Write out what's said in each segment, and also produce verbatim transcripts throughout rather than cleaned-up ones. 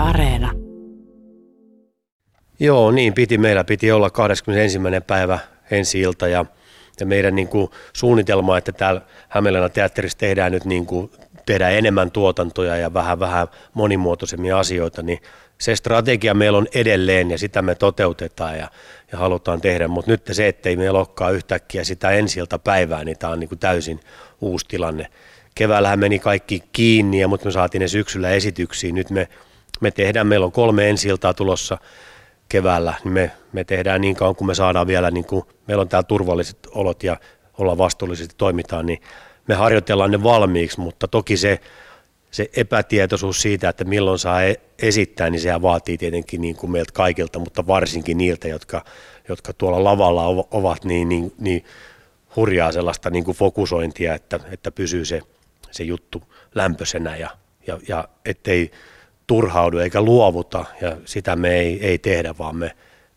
Areena. Joo, niin piti. Meillä piti olla kahdeskymmenesensimmäinen päivä ensi-ilta ja, ja meidän niin kuin, suunnitelma, että täällä Hämeenlinnan teatterissa tehdään nyt niin kuin, tehdään enemmän tuotantoja ja vähän, vähän monimuotoisemmin asioita, niin se strategia meillä on edelleen ja sitä me toteutetaan ja, ja halutaan tehdä, mutta nyt se, ettei meillä olekaan yhtäkkiä sitä ensi-ilta päivää, niin tämä on niin kuin täysin uusi tilanne. Keväällähän meni kaikki kiinni, ja, mutta me saatiin ne syksyllä esityksiin. Nyt me, me tehdään, meillä on kolme ensi-iltaa tulossa keväällä, niin me, me tehdään niin kauan, kun me saadaan vielä, niin kuin, meillä on täällä turvalliset olot ja ollaan vastuullisesti toimitaan, niin me harjoitellaan ne valmiiksi, mutta toki se, se epätietoisuus siitä, että milloin saa esittää, niin sehän vaatii tietenkin niin kuin meiltä kaikilta, mutta varsinkin niiltä, jotka, jotka tuolla lavalla ovat niin, niin, niin hurjaa sellaista niin kuin fokusointia, että, että pysyy se, se juttu lämpöisenä ja, ja, ja ettei turhaudu eikä luovuta, ja sitä me ei, ei tehdä, vaan me,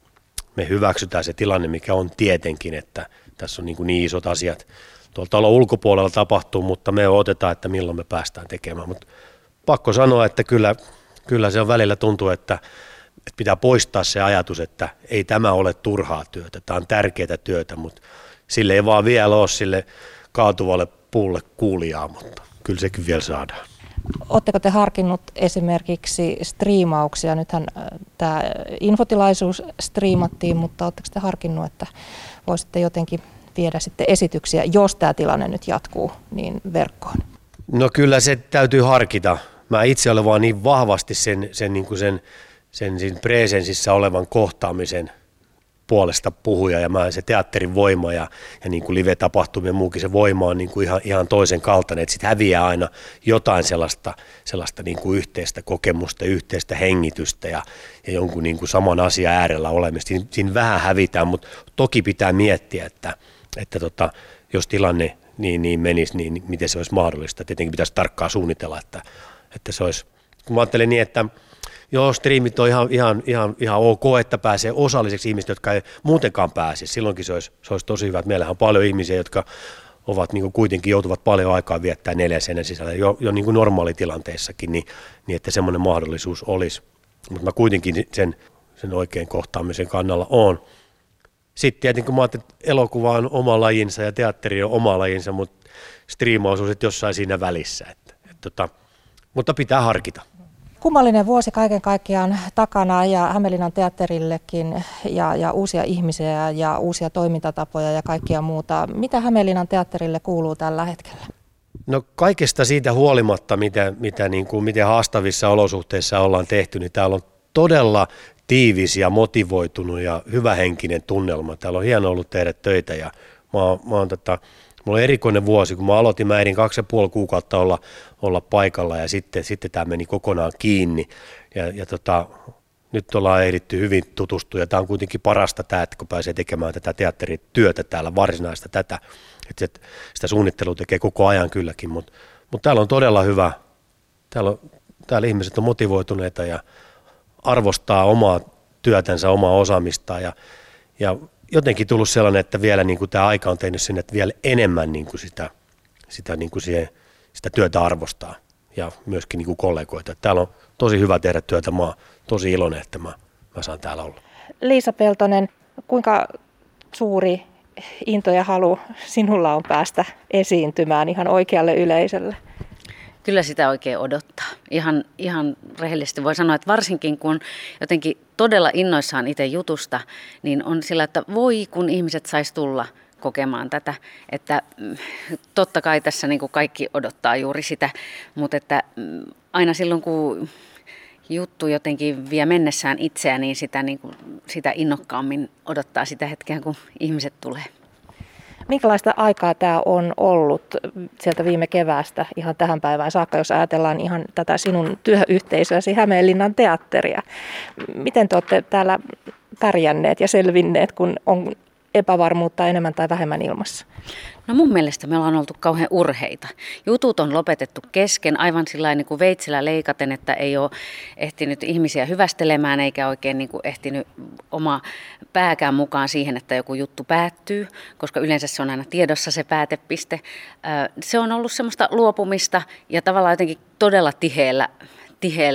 me hyväksytään se tilanne, mikä on tietenkin, että tässä on niin, kuin niin isot asiat tuolla talon ulkopuolella tapahtuu, mutta me odotetaan, että milloin me päästään tekemään. Mutta pakko sanoa, että kyllä, kyllä se on välillä tuntuu, että, että pitää poistaa se ajatus, että ei tämä ole turhaa työtä, tämä on tärkeää työtä, mutta sille ei vaan vielä ole sille kaatuvalle puulle kuulijaa, mutta kyllä sekin vielä saadaan. Oletteko te harkinnut esimerkiksi striimauksia? Nythän tämä infotilaisuus striimattiin, mutta oletteko te harkinnut, että voisitte jotenkin viedä sitten esityksiä, jos tämä tilanne nyt jatkuu, niin verkkoon? No kyllä se täytyy harkita. Mä itse olen vaan niin vahvasti sen, sen, niin kuin sen, sen, sen presensissä olevan kohtaamisen puolesta puhuja, ja mä se teatterin voima ja, ja niin kuin live-tapahtumien muukin se voima on niin kuin ihan, ihan toisen kaltainen, että sitten häviää aina jotain sellaista, sellaista niin kuin yhteistä kokemusta, yhteistä hengitystä ja, ja jonkun niin kuin saman asian äärellä olemista. Siinä, siinä vähän hävitään, mutta toki pitää miettiä, että, että tota, jos tilanne niin, niin menisi, niin miten se olisi mahdollista. Tietenkin pitäisi tarkkaan suunnitella, että, että se olisi, kun mä ajattelen niin, että joo, striimit on ihan, ihan, ihan, ihan ok, että pääsee osalliseksi ihmiset, jotka ei muutenkaan pääsisi. Silloinkin se olisi, se olisi tosi hyvä, että meillähän on paljon ihmisiä, jotka ovat niin kuin kuitenkin joutuvat paljon aikaa viettää neljän seinän sisällä jo, jo niin kuin normaalitilanteissakin, niin, niin että semmoinen mahdollisuus olisi. Mutta mä kuitenkin sen, sen oikein kohtaamisen kannalla on. Sitten tietenkin kun mä ajattelin, että elokuva on oma lajinsa ja teatteri on oma lajinsa, mutta striimaus on sitten jossain siinä välissä. Että, että, että, mutta pitää harkita. Kummallinen vuosi kaiken kaikkiaan takana ja Hämeenlinnan teatterillekin ja, ja uusia ihmisiä ja uusia toimintatapoja ja kaikkia muuta. Mitä Hämeenlinnan teatterille kuuluu tällä hetkellä? No kaikesta siitä huolimatta, mitä, mitä niin kuin, miten haastavissa olosuhteissa ollaan tehty, niin täällä on todella tiivis ja motivoitunut ja hyvähenkinen tunnelma. Täällä on hieno ollut tehdä töitä ja mä, mä oon tätä... Mulla oli erikoinen vuosi, kun mä aloitin, mä ehdin kaksi ja puoli kuukautta olla, olla paikalla ja sitten, sitten tämä meni kokonaan kiinni. Ja, ja tota, nyt ollaan ehditty hyvin tutustua ja tämä on kuitenkin parasta tämä, että kun pääsee tekemään tätä teatterityötä täällä, varsinaista tätä. Että sitä suunnittelua tekee koko ajan kylläkin, mutta, mutta täällä on todella hyvä. Täällä, on, täällä ihmiset on motivoituneita ja arvostaa omaa työtänsä, omaa osaamistaan ja, ja jotenkin tullut sellainen, että vielä niin kuin tämä aika on tehnyt sen, että vielä enemmän niin kuin sitä, sitä, niin kuin siihen, sitä työtä arvostaa ja myöskin niin kuin kollegoita. Täällä on tosi hyvä tehdä työtä. Mä oon tosi iloinen, että mä, mä saan täällä olla. Liisa Peltonen, kuinka suuri into ja halu sinulla on päästä esiintymään ihan oikealle yleisölle? Kyllä sitä oikein odottaa. Ihan, ihan rehellisesti voi sanoa, että varsinkin kun jotenkin todella innoissaan itse jutusta, niin on sillä, että voi kun ihmiset sais tulla kokemaan tätä. Että totta kai tässä niin kuin kaikki odottaa juuri sitä, mutta että aina silloin kun juttu jotenkin vie mennessään itseään, niin sitä, niin kuin, sitä innokkaammin odottaa sitä hetkeä, kun ihmiset tulee. Minkälaista aikaa tämä on ollut sieltä viime keväästä ihan tähän päivään saakka, jos ajatellaan ihan tätä sinun työyhteisöäsi Hämeenlinnan teatteria? Miten te olette täällä pärjänneet ja selvinneet, kun on epävarmuutta enemmän tai vähemmän ilmassa? No mun mielestä me ollaan oltu kauhean urheita. Jutut on lopetettu kesken aivan sillä niin kuin veitsellä leikaten, että ei ole ehtinyt ihmisiä hyvästelemään eikä oikein niin kuin ehtinyt oma pääkään mukaan siihen, että joku juttu päättyy, koska yleensä se on aina tiedossa se päätepiste. Se on ollut semmoista luopumista ja tavallaan jotenkin todella tiheällä, tiheällä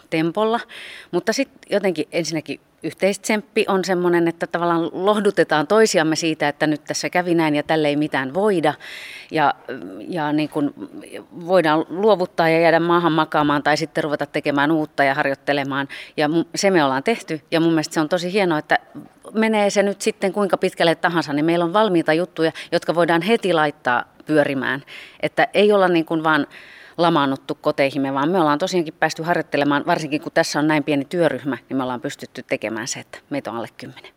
tempolla, mutta sitten jotenkin ensinnäkin yhteistsemppi on semmoinen, että tavallaan lohdutetaan toisiamme siitä, että nyt tässä kävi näin ja tälle ei mitään voida. Ja, ja niin kuin voidaan luovuttaa ja jäädä maahan makaamaan tai sitten ruveta tekemään uutta ja harjoittelemaan. Ja se me ollaan tehty ja mun mielestä se on tosi hienoa, että menee se nyt sitten kuinka pitkälle tahansa, niin meillä on valmiita juttuja, jotka voidaan heti laittaa pyörimään. Että ei olla niin kuin vaan lamaannuttu koteihimme, vaan me ollaan tosiaankin päästy harjoittelemaan, varsinkin kun tässä on näin pieni työryhmä, niin me ollaan pystytty tekemään se, että meitä on alle kymmenen.